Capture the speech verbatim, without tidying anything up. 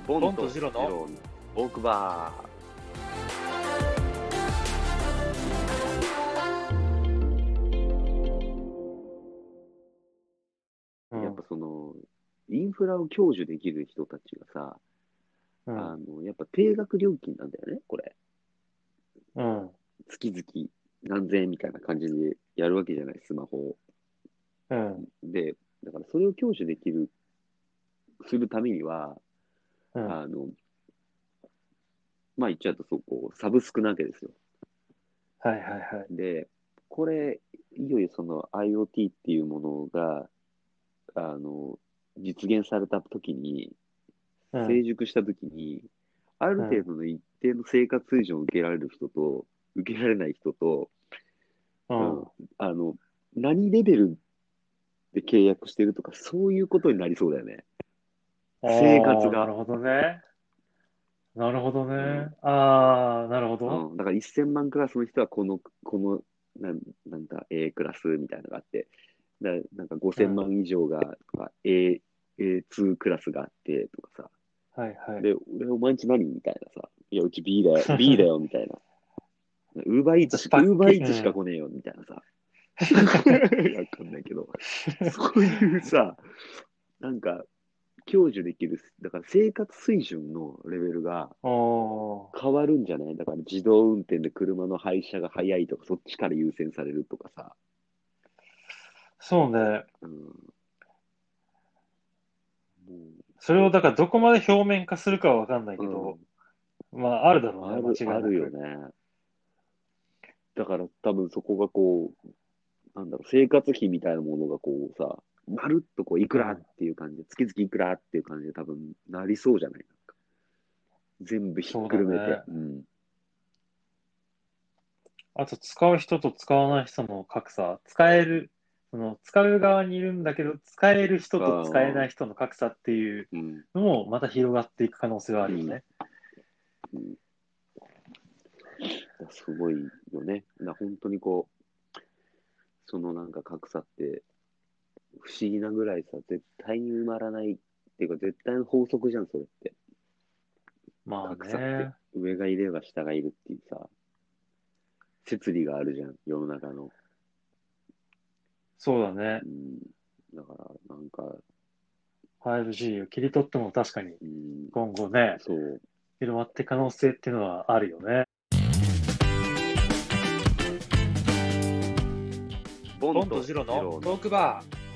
ボンとジロのトークバー、うん、やっぱそのインフラを享受できる人たちがさ、うん、あのやっぱ定額料金なんだよねこれ、 うん、 月々何千円みたいな感じでやるわけじゃない、スマホを、 うん、 でだからそれを享受できるするためには、うん、あのまあ言っちゃうとそうこうサブスクなわけですよ。 はいはいはい。 で、これ、いよいよその IoT っていうものが、あの、実現されたときに、成熟したときに、うん、ある程度の一定の生活水準を受けられる人と、受けられない人と、うん、うん、あの、何レベルで契約してるとか、そういうことになりそうだよね。生活が。 なるほどね。なるほどね。うん、ああ、なるほど。 うん。だからせんまんクラスの人はこの、この、なん、なんだ、A クラスみたいなのがあって、だなんかごせんまん以上が、とか A、エーツー クラスがあってとかさ。 はいはい。 で、俺お前んち何みたいなさ。いや、うち B だよ、B だよ、みたいな。ウーバーイーツ、ウーバーイーツしか来ねえよ、みたいなさ。わかんないけど。そういうさ、なんか、享受できる、だから生活水準のレベルが変わるんじゃない？だから自動運転で車の配車が早いとか、そっちから優先されるとかさ。 そうね。 うん、 それをだからどこまで表面化するかはわかんないけど、うん、まああるだろうね、間違いなく。 あるよね。だから多分そこがこう、なんだろう、生活費みたいなものがこうさ、まるっとこう、いくらっていう感じで、うん、月々いくらっていう感じで多分なりそうじゃない？なんか全部ひっくるめて。う、うん、 あと使う人と使わない人の格差、使える、その使う側にいるんだけど、使える人と使えない人の格差っていうのもまた広がっていく可能性があるよね。 うんうん、すごいよね。だ本当にこう、そのなんか格差って不思議なぐらいさ、絶対に埋まらないっていうか、絶対の法則じゃん、それって。 まあね。 格差って上がいれば下がいるっていうさ、摂理があるじゃん、世の中の。 そうだね。 うん、だからなんかファイブジー を切り取っても確かに今後ね、 そう、 広まって可能性っていうのはあるよね。 ボンとジロのトークバー。